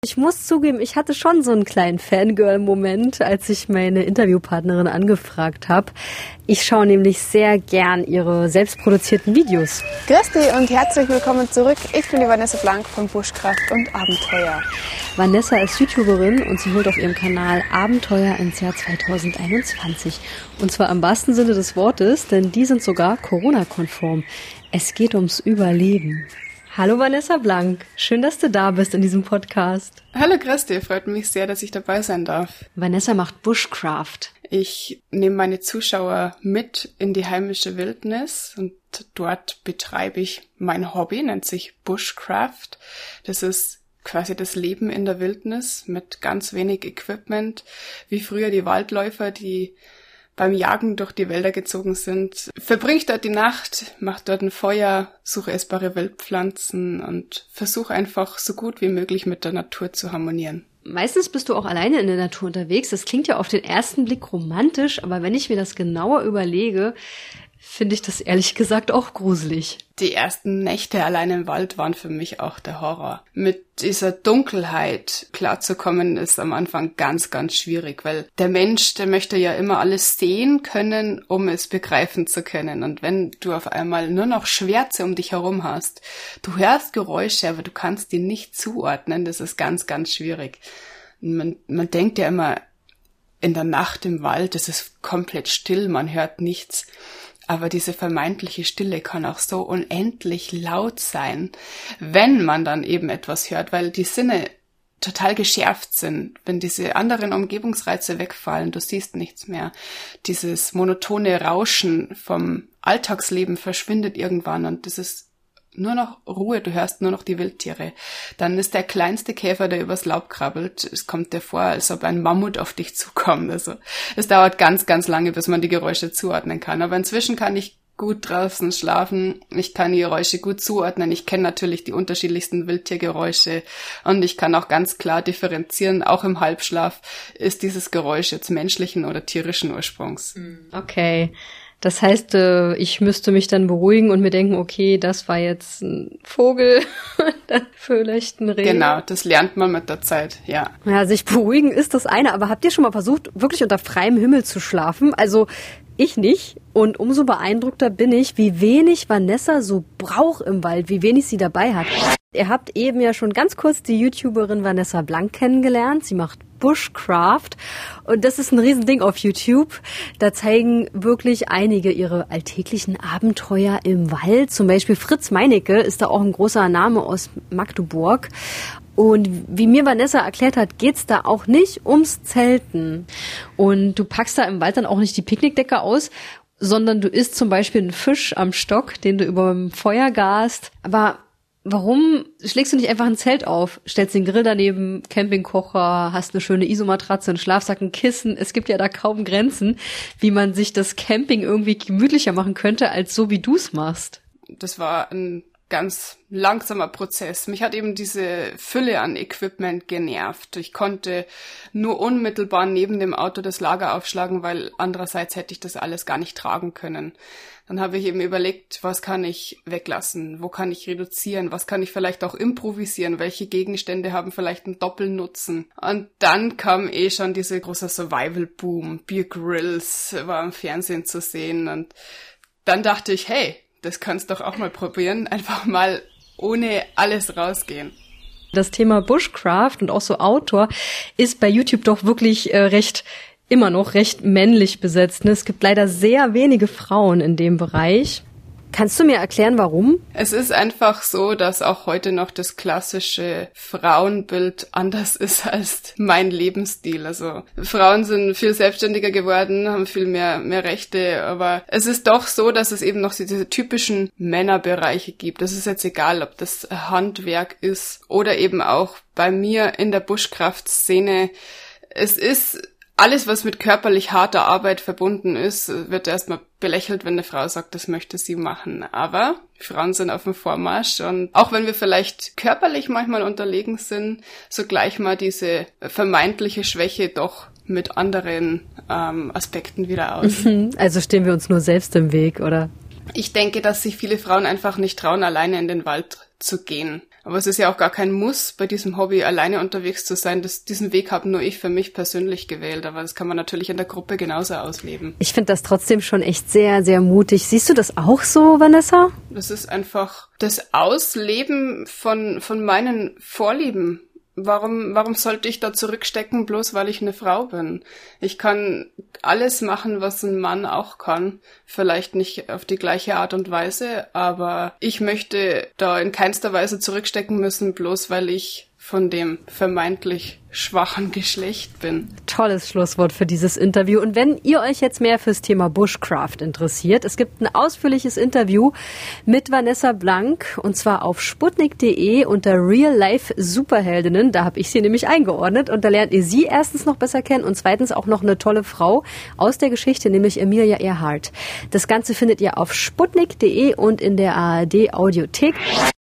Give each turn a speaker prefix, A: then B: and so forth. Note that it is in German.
A: Ich muss zugeben, ich hatte schon so einen kleinen Fangirl-Moment, als ich meine Interviewpartnerin angefragt habe. Ich schaue nämlich sehr gern ihre selbstproduzierten Videos.
B: Grüß dich und herzlich willkommen zurück. Ich bin die Vanessa Blank von Buschkraft und Abenteuer.
A: Vanessa ist YouTuberin und sie holt auf ihrem Kanal Abenteuer ins Jahr 2021. Und zwar im wahrsten Sinne des Wortes, denn die sind sogar Corona-konform. Es geht ums Überleben. Hallo Vanessa Blank, schön, dass du da bist in diesem Podcast.
B: Hallo Christi, freut mich sehr, dass ich dabei sein darf.
A: Vanessa macht Bushcraft.
B: Ich nehme meine Zuschauer mit in die heimische Wildnis und dort betreibe ich mein Hobby, nennt sich Bushcraft. Das ist quasi das Leben in der Wildnis mit ganz wenig Equipment, wie früher die Waldläufer, die beim Jagen durch die Wälder gezogen sind. Verbringe ich dort die Nacht, mache dort ein Feuer, suche essbare Wildpflanzen und versuche einfach so gut wie möglich mit der Natur zu harmonieren.
A: Meistens bist du auch alleine in der Natur unterwegs. Das klingt ja auf den ersten Blick romantisch, aber wenn ich mir das genauer überlege, finde ich das ehrlich gesagt auch gruselig.
B: Die ersten Nächte allein im Wald waren für mich auch der Horror. Mit dieser Dunkelheit klarzukommen ist am Anfang ganz, ganz schwierig, weil der Mensch, der möchte ja immer alles sehen können, um es begreifen zu können. Und wenn du auf einmal nur noch Schwärze um dich herum hast, du hörst Geräusche, aber du kannst die nicht zuordnen, das ist ganz, ganz schwierig. Man denkt ja immer, in der Nacht im Wald, es ist komplett still, man hört nichts. Aber diese vermeintliche Stille kann auch so unendlich laut sein, wenn man dann eben etwas hört, weil die Sinne total geschärft sind. Wenn diese anderen Umgebungsreize wegfallen, du siehst nichts mehr. Dieses monotone Rauschen vom Alltagsleben verschwindet irgendwann und das ist nur noch Ruhe, du hörst nur noch die Wildtiere. Dann ist der kleinste Käfer, der übers Laub krabbelt. Es kommt dir vor, als ob ein Mammut auf dich zukommt. Also es dauert ganz, ganz lange, bis man die Geräusche zuordnen kann. Aber inzwischen kann ich gut draußen schlafen. Ich kann die Geräusche gut zuordnen. Ich kenne natürlich die unterschiedlichsten Wildtiergeräusche und ich kann auch ganz klar differenzieren, auch im Halbschlaf, ist dieses Geräusch jetzt menschlichen oder tierischen Ursprungs.
A: Okay. Das heißt, ich müsste mich dann beruhigen und mir denken, okay, das war jetzt ein Vogel, dann vielleicht ein Reh.
B: Genau, das lernt man mit der Zeit, ja.
A: Ja, sich beruhigen ist das eine, aber habt ihr schon mal versucht, wirklich unter freiem Himmel zu schlafen? Also ich nicht. Und umso beeindruckter bin ich, wie wenig Vanessa so braucht im Wald, wie wenig sie dabei hat. Ihr habt eben ja schon ganz kurz die YouTuberin Vanessa Blank kennengelernt. Sie macht Bushcraft und das ist ein Riesending auf YouTube. Da zeigen wirklich einige ihre alltäglichen Abenteuer im Wald. Zum Beispiel Fritz Meinecke ist da auch ein großer Name aus Magdeburg. Und wie mir Vanessa erklärt hat, geht's da auch nicht ums Zelten. Und du packst da im Wald dann auch nicht die Picknickdecke aus, sondern du isst zum Beispiel einen Fisch am Stock, den du über dem Feuer gast. Aber warum schlägst du nicht einfach ein Zelt auf, stellst den Grill daneben, Campingkocher, hast eine schöne Isomatratze, einen Schlafsack, ein Kissen? Es gibt ja da kaum Grenzen, wie man sich das Camping irgendwie gemütlicher machen könnte, als so wie du es machst.
B: Das war ein ganz langsamer Prozess. Mich hat eben diese Fülle an Equipment genervt. Ich konnte nur unmittelbar neben dem Auto das Lager aufschlagen, weil andererseits hätte ich das alles gar nicht tragen können. Dann habe ich eben überlegt, was kann ich weglassen, wo kann ich reduzieren, was kann ich vielleicht auch improvisieren, welche Gegenstände haben vielleicht einen Doppelnutzen. Und dann kam schon dieser große Survival-Boom, Bear Grylls war im Fernsehen zu sehen und dann dachte ich, hey, das kannst du doch auch mal probieren, einfach mal ohne alles rausgehen.
A: Das Thema Bushcraft und auch so Outdoor ist bei YouTube doch wirklich immer noch recht männlich besetzt. Es gibt leider sehr wenige Frauen in dem Bereich. Kannst du mir erklären, warum?
B: Es ist einfach so, dass auch heute noch das klassische Frauenbild anders ist als mein Lebensstil. Also Frauen sind viel selbstständiger geworden, haben viel mehr Rechte, aber es ist doch so, dass es eben noch diese typischen Männerbereiche gibt. Das ist jetzt egal, ob das Handwerk ist oder eben auch bei mir in der Bushcraft-Szene. Es ist alles, was mit körperlich harter Arbeit verbunden ist, wird erstmal belächelt, wenn eine Frau sagt, das möchte sie machen. Aber Frauen sind auf dem Vormarsch und auch wenn wir vielleicht körperlich manchmal unterlegen sind, so gleich mal diese vermeintliche Schwäche doch mit anderen Aspekten wieder aus.
A: Also stehen wir uns nur selbst im Weg, oder?
B: Ich denke, dass sich viele Frauen einfach nicht trauen, alleine in den Wald zu gehen. Aber es ist ja auch gar kein Muss, bei diesem Hobby alleine unterwegs zu sein. Diesen Weg habe nur ich für mich persönlich gewählt, aber das kann man natürlich in der Gruppe genauso ausleben.
A: Ich finde das trotzdem schon echt sehr, sehr mutig. Siehst du das auch so, Vanessa?
B: Das ist einfach das Ausleben von meinen Vorlieben. Warum sollte ich da zurückstecken, bloß weil ich eine Frau bin? Ich kann alles machen, was ein Mann auch kann. Vielleicht nicht auf die gleiche Art und Weise, aber ich möchte da in keinster Weise zurückstecken müssen, bloß weil ich von dem vermeintlich schwachen Geschlecht bin.
A: Tolles Schlusswort für dieses Interview. Und wenn ihr euch jetzt mehr fürs Thema Bushcraft interessiert, es gibt ein ausführliches Interview mit Vanessa Blank und zwar auf sputnik.de unter Real Life Superheldinnen. Da habe ich sie nämlich eingeordnet und da lernt ihr sie erstens noch besser kennen und zweitens auch noch eine tolle Frau aus der Geschichte, nämlich Emilia Earhart. Das Ganze findet ihr auf sputnik.de und in der ARD Audiothek.